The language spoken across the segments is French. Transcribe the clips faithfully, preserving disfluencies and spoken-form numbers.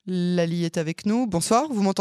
Lali est avec nous. Bonsoir, vous m'entendez ?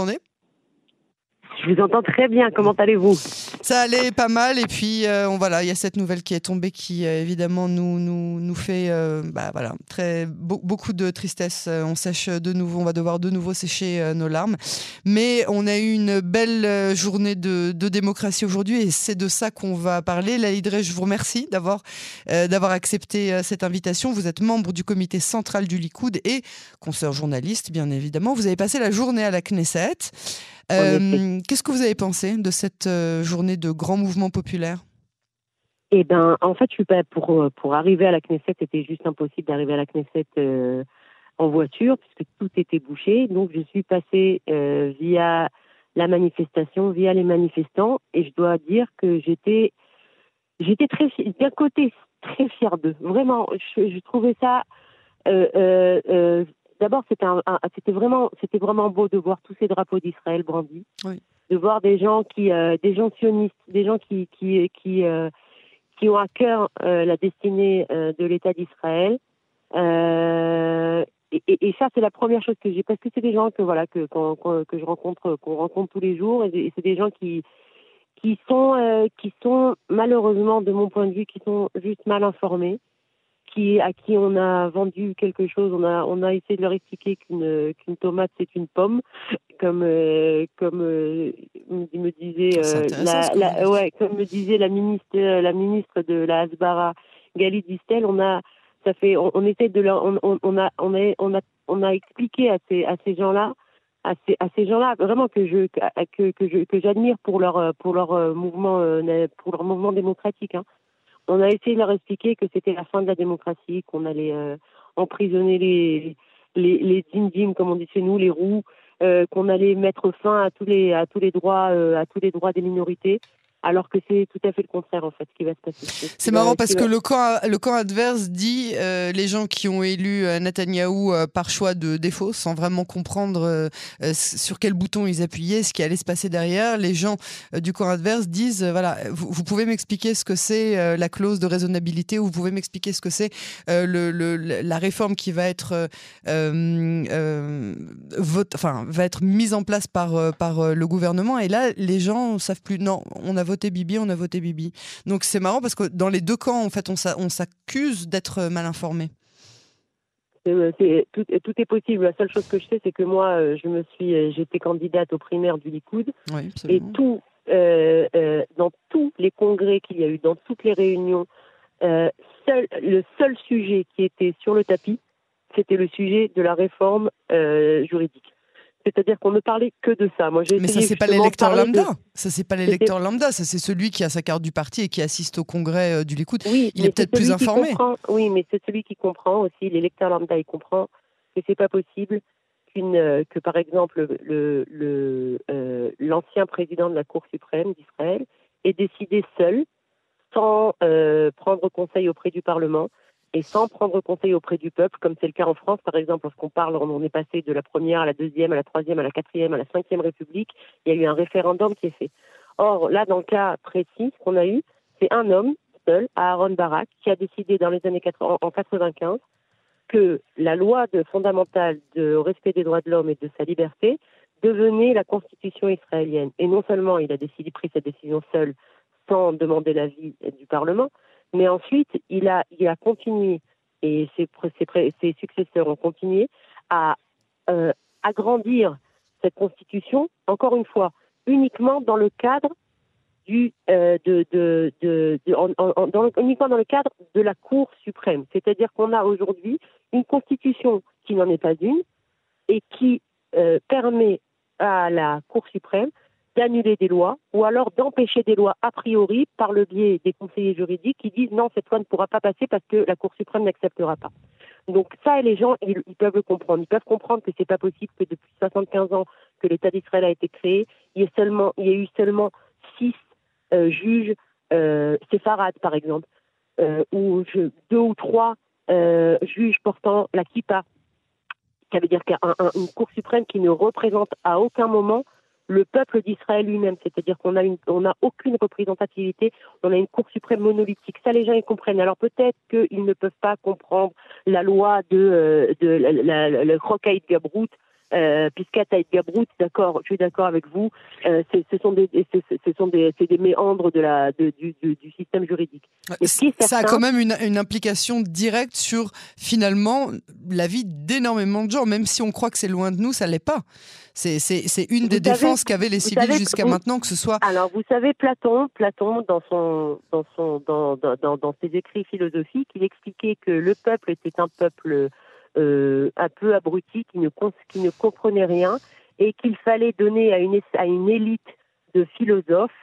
Je vous entends très bien, comment allez-vous ? Ça allait pas mal et puis euh, on, voilà, il y a cette nouvelle qui est tombée qui euh, évidemment nous, nous, nous fait euh, bah, voilà, très, be- beaucoup de tristesse. Euh, on sèche de nouveau, on va devoir de nouveau sécher euh, nos larmes. Mais on a eu une belle euh, journée de, de démocratie aujourd'hui et c'est de ça qu'on va parler. Lali Dray, je vous remercie d'avoir, euh, d'avoir accepté euh, cette invitation. Vous êtes membre du comité central du Likoud et consoeur journaliste, bien évidemment. Vous avez passé la journée à la Knesset. Euh, qu'est-ce que vous avez pensé de cette euh, journée de grand mouvement populaire ? Eh ben, en fait, je suis pas pour pour arriver à la Knesset, c'était juste impossible d'arriver à la Knesset euh, en voiture puisque tout était bouché. Donc, je suis passée euh, via la manifestation, via les manifestants, et je dois dire que j'étais j'étais très fi- d'un côté très fière d'eux. Vraiment, je, je trouvais ça. Euh, euh, euh, D'abord, c'était un, un- c'était vraiment c'était vraiment beau de voir tous ces drapeaux d'Israël brandis. Oui. De voir des gens qui, euh, des gens sionistes, des gens qui qui qui euh, qui ont à cœur euh, la destinée euh, de l'État d'Israël. Euh, et, et, et ça, c'est la première chose que j'ai, parce que c'est des gens que voilà que qu'on, qu'on, que je rencontre, qu'on rencontre tous les jours, et, et c'est des gens qui qui sont euh, qui sont malheureusement, de mon point de vue, qui sont juste mal informés, qui à qui on a vendu quelque chose, on a on a essayé de leur expliquer qu'une qu'une tomate c'est une pomme, comme euh, comme euh, me disait C'est euh, intéressant ce la, que vous la dites. ouais comme me disait la ministre la ministre de la Hasbara Galit Distel, on a ça fait on, on essaie de leur on, on, on a on a on a on a expliqué à ces à ces gens-là à ces à ces gens-là vraiment que je que que je que j'admire pour leur pour leur mouvement pour leur mouvement démocratique, hein. On a essayé de leur expliquer que c'était la fin de la démocratie, qu'on allait euh, emprisonner les les les dindim, comme on dit chez nous, les roux, euh, qu'on allait mettre fin à tous les à tous les droits euh, à tous les droits des minorités, alors que c'est tout à fait le contraire en fait ce qui va se passer. Ce qui C'est va, marrant ce qui parce va... que le camp, le camp adverse dit euh, les gens qui ont élu euh, Netanyahou euh, par choix de défaut, sans vraiment comprendre euh, euh, sur quel bouton ils appuyaient, ce qui allait se passer derrière. Les gens euh, du camp adverse disent euh, voilà, vous, vous pouvez m'expliquer ce que c'est euh, la clause de raisonnabilité, ou vous pouvez m'expliquer ce que c'est euh, le, le, la réforme qui va être euh, euh, vote, enfin va être mise en place par euh, par euh, le gouvernement. Et là, les gens savent plus. Non, on a voté Bibi, on a voté Bibi. Donc c'est marrant parce que dans les deux camps, en fait, on, s'a- on s'accuse d'être mal informé. C'est, c'est, tout, tout est possible. La seule chose que je sais, c'est que moi, je me suis, j'étais candidate aux primaires du Likoud, Oui, et absolument. tout, euh, euh, dans tous les congrès qu'il y a eu, dans toutes les réunions, euh, seul, le seul sujet qui était sur le tapis, c'était le sujet de la réforme euh, juridique. C'est-à-dire qu'on ne parlait que de ça. Moi, j'ai Mais ça, essayé c'est pas justement de l'électeur parler lambda. de... Ça, c'est pas C'était... l'électeur lambda. Ça, c'est celui qui a sa carte du parti et qui assiste au congrès euh, du Likoud. Oui, Il est mais c'est peut-être plus celui qui informé. comprend. Oui, mais c'est celui qui comprend aussi. L'électeur lambda, il comprend que c'est pas possible qu'une, euh, que par exemple le, le, euh, l'ancien président de la Cour suprême d'Israël ait décidé seul, sans euh, prendre conseil auprès du Parlement et sans prendre conseil auprès du peuple, comme c'est le cas en France, par exemple, lorsqu'on parle, on est passé de la première à la deuxième, à la troisième, à la quatrième, à la cinquième République, il y a eu un référendum qui est fait. Or, là, dans le cas précis qu'on a eu, c'est un homme seul, Aaron Barak, qui a décidé dans les années quatre-vingts, en quatre-vingt-quinze, que la loi de, fondamentale de respect des droits de l'homme et de sa liberté devenait la constitution israélienne. Et non seulement il a décidé, pris cette décision seul, sans demander l'avis du Parlement, mais ensuite il a, il a continué, et ses, ses, ses successeurs ont continué, à euh, agrandir cette constitution, encore une fois, uniquement dans le cadre du, euh, de, de, de, de, en, en, dans le, uniquement dans le cadre de la Cour suprême. C'est-à-dire qu'on a aujourd'hui une constitution qui n'en est pas une et qui euh, permet à la Cour suprême d'annuler des lois ou alors d'empêcher des lois a priori par le biais des conseillers juridiques qui disent non, cette loi ne pourra pas passer parce que la Cour suprême n'acceptera pas. Donc ça, et les gens, ils, ils peuvent le comprendre. Ils peuvent comprendre que c'est pas possible que depuis soixante-quinze ans que l'État d'Israël a été créé, il y ait seulement, il y a eu seulement six euh, juges euh, séfarades, par exemple, euh, ou je, deux ou trois euh, juges portant la kippa. Ça veut dire qu'il y a un, un, une Cour suprême qui ne représente à aucun moment le peuple d'Israël lui-même. C'est-à-dire qu'on a une, on n'a aucune représentativité, on a une Cour suprême monolithique. Ça, les gens, ils comprennent. Alors peut-être qu'ils ne peuvent pas comprendre la loi de, euh, de la, la, la, le Rocaïd Gabrout, Euh, Piscat, Aït Gabrout, d'accord, je suis d'accord avec vous. Euh, c'est, ce sont des, ce, ce sont des, c'est des méandres de la, de, du, du, du système juridique. Et ce qui est certain, ça a quand même une, une implication directe sur finalement la vie d'énormément de gens, même si on croit que c'est loin de nous, ça l'est pas. C'est, c'est, c'est une des savez, défenses qu'avaient les civils savez, jusqu'à vous, maintenant, que ce soit. Alors vous savez, Platon, Platon dans son, dans son, dans, dans, dans, dans ses écrits philosophiques, il expliquait que le peuple était un peuple Euh, un peu abruti, qui ne, qui ne comprenait rien, et qu'il fallait donner à une, à une élite de philosophes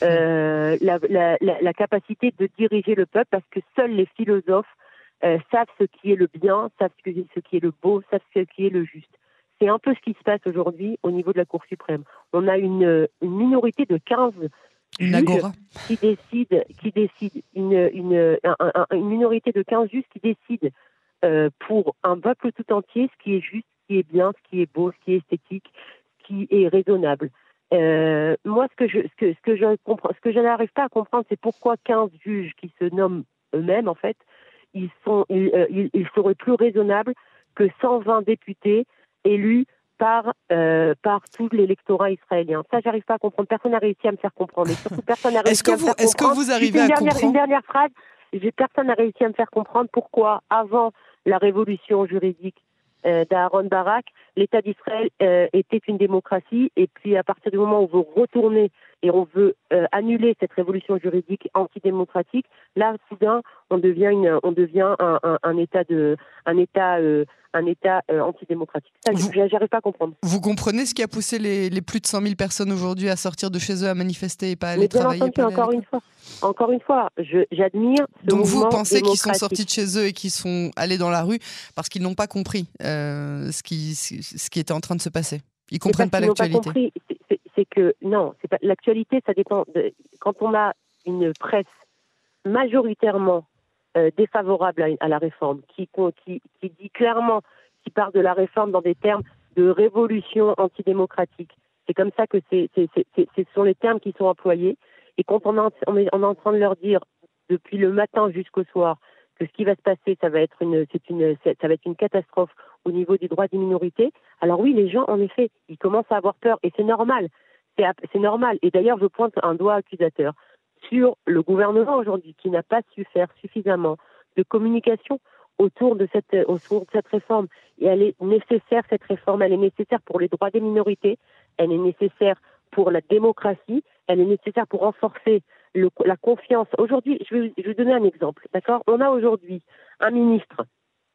euh, la, la, la, la capacité de diriger le peuple, parce que seuls les philosophes euh, savent ce qui est le bien, savent ce, que, ce qui est le beau, savent ce qui est le juste. C'est un peu ce qui se passe aujourd'hui au niveau de la Cour suprême. On a une, une minorité de quinze juges qui décident, qui décident une, une, un, un, une minorité de quinze juges qui décident Euh, pour un peuple tout entier, ce qui est juste, ce qui est bien, ce qui est beau, ce qui est esthétique, ce qui est raisonnable. Euh, moi, ce que je, ce que, ce que je comprends, ce que je n'arrive pas à comprendre, c'est pourquoi quinze juges qui se nomment eux-mêmes, en fait, ils sont, ils, euh, ils, ils seraient plus raisonnables que cent vingt députés élus par euh, par tout l'électorat israélien. Ça, j'arrive pas à comprendre. Personne n'a réussi à me faire comprendre. Et surtout, personne n'a réussi est-ce que à me vous, faire est-ce comprendre. que vous arrivez une à dernière, comprendre une dernière phrase. J'ai, personne n'a réussi à me faire comprendre pourquoi, avant la révolution juridique euh, d'Aaron Barak, l'État d'Israël euh, était une démocratie, et puis à partir du moment où on veut retourner et on veut euh, annuler cette révolution juridique antidémocratique, là, soudain, on devient, une, on devient un, un, un État, de, un état, euh, un état euh, antidémocratique. Ça, vous, j'arrive pas à comprendre. Vous comprenez ce qui a poussé les, les plus de cent mille personnes aujourd'hui à sortir de chez eux, à manifester et pas aller Mais bien travailler entendu, encore une fois, encore une fois, je, j'admire ce Donc mouvement vous pensez qu'ils sont démocratique. sortis de chez eux et qu'ils sont allés dans la rue parce qu'ils n'ont pas compris euh, ce, qui, ce qui était en train de se passer. Ils comprennent pas l'actualité. N'ont pas compris. C'est, c'est, c'est que non, c'est pas l'actualité. Ça dépend. De, quand on a une presse majoritairement euh, défavorable à, à la réforme, qui, qui, qui dit clairement, qui part de la réforme dans des termes de révolution antidémocratique. C'est comme ça que c'est, c'est, c'est, c'est, ce sont les termes qui sont employés. Et quand on, a, on, est, on est en train de leur dire depuis le matin jusqu'au soir que ce qui va se passer, ça va être une, c'est une, ça va être une catastrophe au niveau des droits des minorités. Alors oui, les gens, en effet, ils commencent à avoir peur, et c'est normal. C'est, c'est normal. Et d'ailleurs, je pointe un doigt accusateur sur le gouvernement aujourd'hui, qui n'a pas su faire suffisamment de communication autour de cette, autour de cette réforme. Et elle est nécessaire, cette réforme, elle est nécessaire pour les droits des minorités, elle est nécessaire pour la démocratie, elle est nécessaire pour renforcer le, la confiance. Aujourd'hui, je vais, je vais donner un exemple, d'accord ? On a aujourd'hui un ministre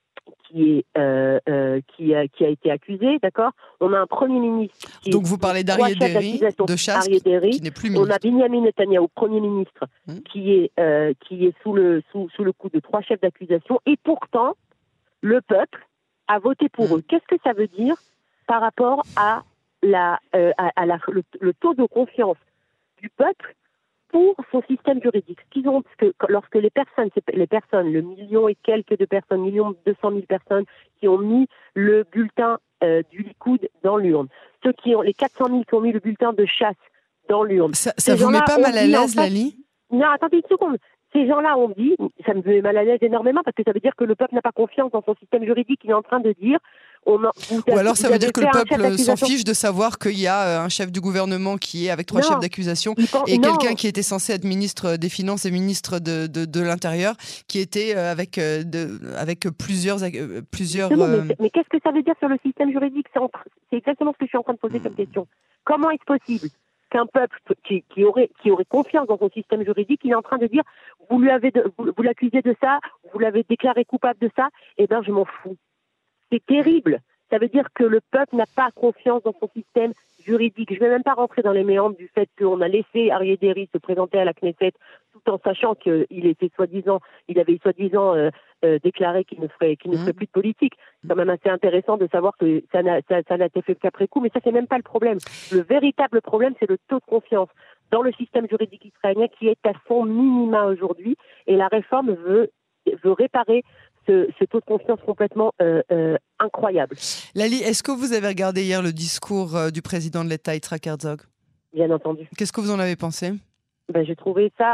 qui est euh, euh, qui a qui a été accusé, d'accord ? On a un premier ministre. Qui Donc est, vous parlez d'Aryeh Deri, de Chasse, qui n'est plus ministre. On a Binyamin Netanyahou, premier ministre, hum. qui est euh, qui est sous le sous sous le coup de trois chefs d'accusation, et pourtant le peuple a voté pour hum. eux. Qu'est-ce que ça veut dire par rapport à la euh, à, à la le, le taux de confiance du peuple pour son système juridique? Ce qu'ils ont, que lorsque les personnes, les personnes, le million et quelques de personnes, million deux cent mille personnes qui ont mis le bulletin euh, du Likoud dans l'urne, ceux qui ont les quatre cent mille qui ont mis le bulletin de Chasse dans l'urne. Ça, ça vous met pas mal à l'aise, Lali ? Non, attendez une seconde. Ces gens-là ont dit, ça me met mal à l'aise énormément, parce que ça veut dire que le peuple n'a pas confiance dans son système juridique. Il est en train de dire... On a, vous Ou alors ça veut dire que le peuple s'en fiche fiche de savoir qu'il y a un chef du gouvernement qui est avec trois non, chefs d'accusation pense, et non. quelqu'un qui était censé être ministre des Finances et ministre de, de, de l'Intérieur qui était avec, de, avec plusieurs... plusieurs euh... mais, mais qu'est-ce que ça veut dire sur le système juridique ? c'est, en, c'est exactement ce que je suis en train de poser comme question. Comment est-ce possible qu'un peuple qui, qui, aurait, qui aurait confiance dans son système juridique, il est en train de dire vous, lui avez de, vous, vous l'accusez de ça, vous l'avez déclaré coupable de ça, eh bien je m'en fous. C'est terrible. Ça veut dire que le peuple n'a pas confiance dans son système juridique. Je ne vais même pas rentrer dans les méandres du fait qu'on a laissé Aryeh Deri se présenter à la Knesset tout en sachant qu'il était soi-disant, il avait soi-disant euh, euh, déclaré qu'il ne ferait, qu'il ne ferait plus de politique. C'est quand même assez intéressant de savoir que ça n'a, ça, ça n'a été fait qu'après coup, mais ça c'est même pas le problème. Le véritable problème, c'est le taux de confiance dans le système juridique israélien qui est à son minima aujourd'hui, et la réforme veut, veut réparer Ce, ce taux de confiance complètement euh, euh, incroyable. Lali, est-ce que vous avez regardé hier le discours euh, du président de l'État, Yitzhak Herzog ? Bien entendu. Qu'est-ce que vous en avez pensé ? Ben, j'ai trouvé ça,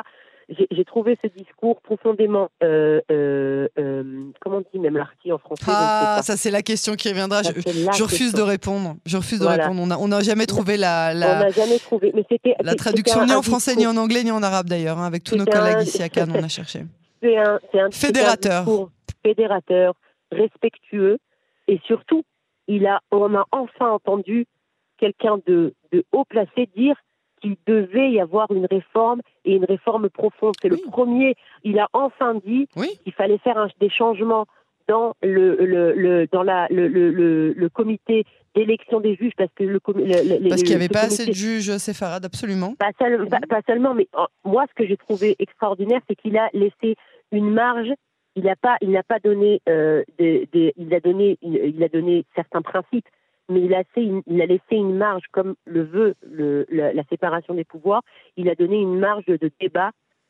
j'ai, j'ai trouvé ce discours profondément, euh, euh, euh, comment on dit même l'arty en français, Ah, ça c'est la question qui reviendra. Ça, Je, c'est la je refuse question. de répondre. Je refuse de Voilà. répondre. On n'a on a jamais trouvé la, On la, n'a jamais trouvé, mais c'était, la c'est- traduction c'était ni un, un en français, discours, ni en anglais, ni en arabe d'ailleurs. Hein, avec tous nos c'était collègues un, ici à Cannes, on a cherché. c'est un, c'est un, c'était un Fédérateur. discours fédérateur, respectueux, et surtout, il a, on a enfin entendu quelqu'un de, de haut placé dire qu'il devait y avoir une réforme et une réforme profonde. C'est Oui. le premier. Il a enfin dit Oui. qu'il fallait faire un, des changements dans le, le, le dans la le, le, le, le comité d'élection des juges parce que le, le, le parce qu'il n'y avait pas comité, assez de juges séfarades, absolument. Pas, seul, pas, pas seulement, mais oh, moi, ce que j'ai trouvé extraordinaire, c'est qu'il a laissé une marge. Il n'a pas, il n'a pas donné, euh, des, des, il a donné, il, il a donné certains principes, mais il a laissé une, il a laissé une marge, comme le veut le, la, la séparation des pouvoirs. Il a donné une marge de débat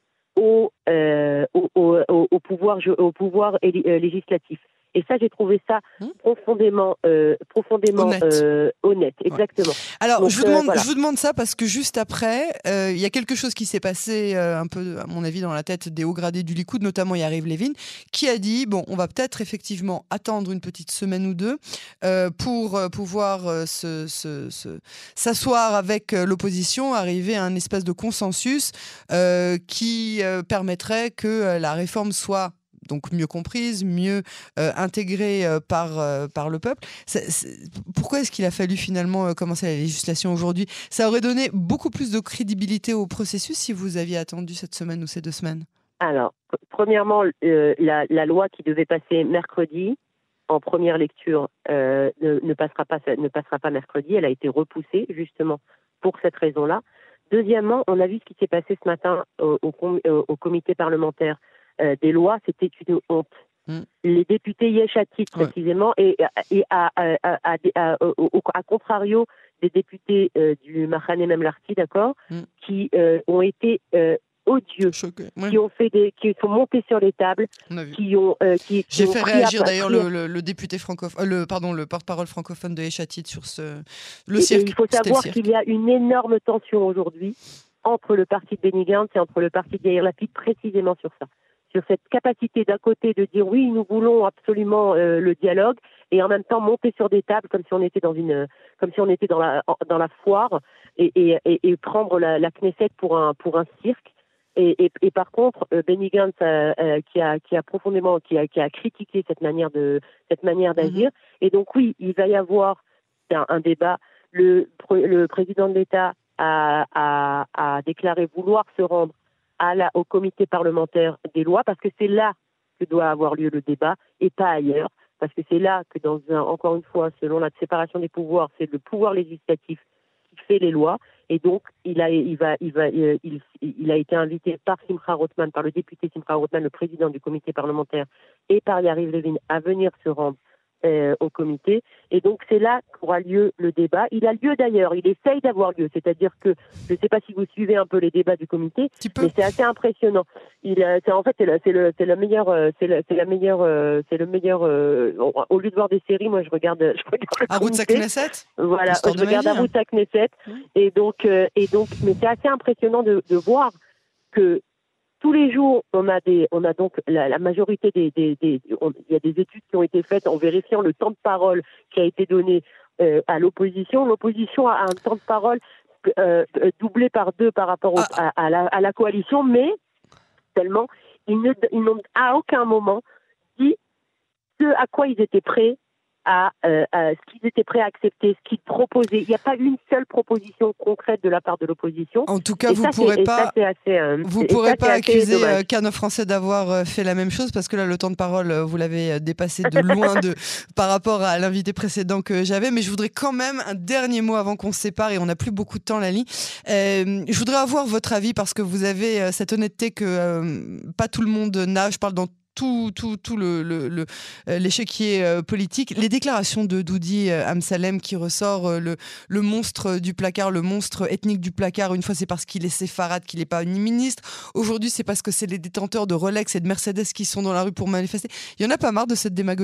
au, euh, au, au, au, au pouvoir, au pouvoir législatif. Et ça, j'ai trouvé ça Hum. profondément, euh, profondément honnête. Euh, honnête, exactement. Ouais. Alors, Donc, je, vous demande, euh, voilà. je vous demande ça parce que juste après, euh, il y a quelque chose qui s'est passé euh, un peu, à mon avis, dans la tête des hauts gradés du Likoud, notamment Yariv Levin, qui a dit, bon, on va peut-être effectivement attendre une petite semaine ou deux euh, pour euh, pouvoir euh, se, se, se, s'asseoir avec euh, l'opposition, arriver à un espèce de consensus euh, qui euh, permettrait que euh, la réforme soit donc mieux comprise, mieux euh, intégrée euh, par, euh, par le peuple. C'est, c'est... Pourquoi est-ce qu'il a fallu finalement euh, commencer la législation aujourd'hui ? Ça aurait donné beaucoup plus de crédibilité au processus si vous aviez attendu cette semaine ou ces deux semaines. Alors, premièrement, euh, la, la loi qui devait passer mercredi, en première lecture, euh, ne, ne, passera pas, ne passera pas mercredi. Elle a été repoussée, justement, pour cette raison-là. Deuxièmement, on a vu ce qui s'est passé ce matin au, au, au comité parlementaire euh, des lois. C'était une honte. Mmh. Les députés Yesh-Atid, précisément, ouais. et, et à, à, à, à, à, au, à contrario des députés euh, du Mahane Memlarti, d'accord, mmh. qui euh, ont été euh, odieux, ouais. qui ont fait des, qui sont montés sur les tables, qui ont, euh, qui, qui J'ai ont fait réagir à, d'ailleurs le, le, le député francophone, euh, le pardon, le porte-parole francophone de Yesh-Atid sur ce le et, cirque. Et il faut savoir qu'il y a une énorme tension aujourd'hui entre le parti de Benny Gantz et entre le parti de Yair Lapid, précisément sur ça. Sur cette capacité d'un côté de dire oui, nous voulons absolument euh, le dialogue, et en même temps monter sur des tables comme si on était dans une, comme si on était dans la dans la foire, et, et, et, et prendre la, la Knesset pour un pour un cirque. Et, et, et par contre, euh, Benny Gantz euh, euh, qui a qui a profondément qui a qui a critiqué cette manière de cette manière d'agir. Mm-hmm. Et donc oui, il va y avoir un, un débat. Le le président de l'État a, a a déclaré vouloir se rendre à la, au comité parlementaire des lois, parce que c'est là que doit avoir lieu le débat et pas ailleurs, parce que c'est là que, dans un, encore une fois, selon la séparation des pouvoirs, c'est le pouvoir législatif qui fait les lois, et donc il a, il va, il va, il, il, il a été invité par Simcha Rothman, par le député Simcha Rothman, le président du comité parlementaire, et par Yariv Levin à venir se rendre Euh, au comité, et donc c'est là qu'aura lieu le débat. Il a lieu d'ailleurs, il essaye d'avoir lieu, c'est-à-dire que, je ne sais pas si vous suivez un peu les débats du comité, mais c'est assez impressionnant. Il, c'est, en fait, c'est, la, c'est, le, c'est la meilleure, c'est, la, c'est la meilleure, euh, c'est le meilleur. Euh, au lieu de voir des séries, moi je regarde, je regarde le Arutz Knesset. Voilà, je regarde Arutz Knesset, mmh. et donc, euh, et donc, mais c'est assez impressionnant de, de voir que tous les jours, on a des, on a donc la, la majorité des, des, des on, il y a des études qui ont été faites en vérifiant le temps de parole qui a été donné euh, à l'opposition. L'opposition a un temps de parole euh, doublé par deux par rapport au, à, à, la, à la coalition, mais seulement ils, ne, ils n'ont à aucun moment dit ce à quoi ils étaient prêts. À, euh, à ce qu'ils étaient prêts à accepter, ce qu'ils proposaient. Il n'y a pas une seule proposition concrète de la part de l'opposition. En tout cas, et vous ne pourrez pas, ça, assez, euh, vous pourrez ça, pas accuser euh, Cannes français d'avoir euh, fait la même chose, parce que là, le temps de parole, euh, vous l'avez dépassé de loin de, par rapport à l'invité précédent que j'avais. Mais je voudrais quand même un dernier mot avant qu'on se sépare, et on n'a plus beaucoup de temps, Lali. Euh, je voudrais avoir votre avis, parce que vous avez euh, cette honnêteté que euh, pas tout le monde n'a. Je parle dans tout, tout, tout le, le, le, l'échiquier euh, politique. Les déclarations de Doudi euh, Amsalem qui ressort euh, le, le monstre du placard, le monstre ethnique du placard. Une fois, c'est parce qu'il est séfarade qu'il n'est pas ni ministre. Aujourd'hui, c'est parce que c'est les détenteurs de Rolex et de Mercedes qui sont dans la rue pour manifester. Il y en a pas marre de cette démagogie ?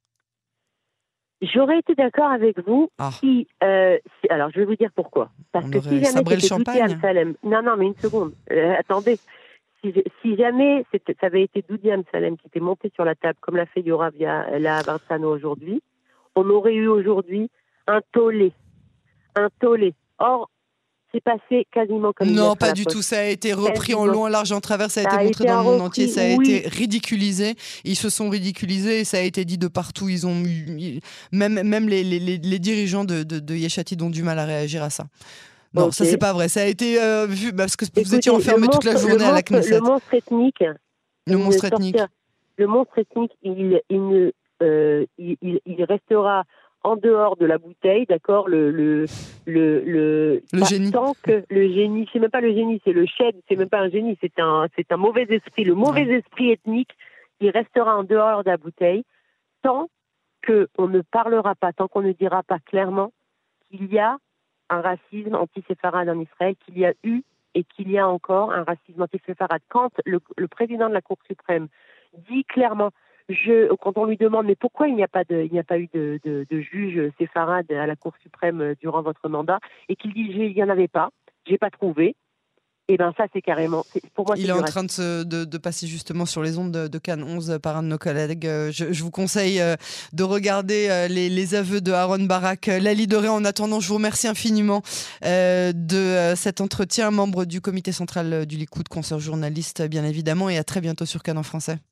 J'aurais été d'accord avec vous ah. si, euh, si... Alors, je vais vous dire pourquoi. Parce On que si jamais c'était Doudi Amsalem... Non, non, mais une seconde. Euh, attendez. si, si jamais ça avait été Doudi Amsalem qui était monté sur la table, comme l'a fait Yoravia la Barzano aujourd'hui, on aurait eu aujourd'hui un tollé. Un tollé. Or, c'est passé quasiment comme non, pas du tout. Ça a été repris en long, en large, en travers. Ça a ça été montré dans le monde repris, entier. Ça a oui. été ridiculisé. Ils se sont ridiculisés et ça a été dit de partout. Ils ont eu, même, même les, les, les dirigeants de, de, de Yeshatid ont du mal à réagir à ça. Non, okay. Ça c'est pas vrai. Ça a été euh, vu parce que Écoutez, vous étiez enfermé toute la journée monstre, à la Knesset. Le monstre ethnique. Le monstre ethnique. Sortir, le monstre ethnique, il, il, ne, euh, il, il, il restera en dehors de la bouteille, d'accord, le le le le, le génie. Tant que le génie, c'est même pas le génie, c'est le shed, c'est même pas un génie, c'est un c'est un mauvais esprit. Le mauvais ouais. esprit ethnique, il restera en dehors de la bouteille tant que on ne parlera pas, tant qu'on ne dira pas clairement qu'il y a un racisme anti-séfarade en Israël, qu'il y a eu et qu'il y a encore un racisme anti-séfarade. Quand le, le président de la Cour suprême dit clairement Je, quand on lui demande mais pourquoi il n'y a pas de, il n'y a pas eu de, de, de juge séfarade à la Cour suprême durant votre mandat et qu'il dit il n'y en avait pas, j'ai pas trouvé, et ben ça c'est carrément, c'est, pour moi. Il est en train de, se, de, de passer justement sur les ondes de, de Cannes onze par un de nos collègues. Je, je vous conseille de regarder les, les aveux de Aaron Barak. Lali Doré, en attendant, je vous remercie infiniment de cet entretien, membre du comité central du Likoud, consoeur journaliste bien évidemment, et à très bientôt sur Cannes en français.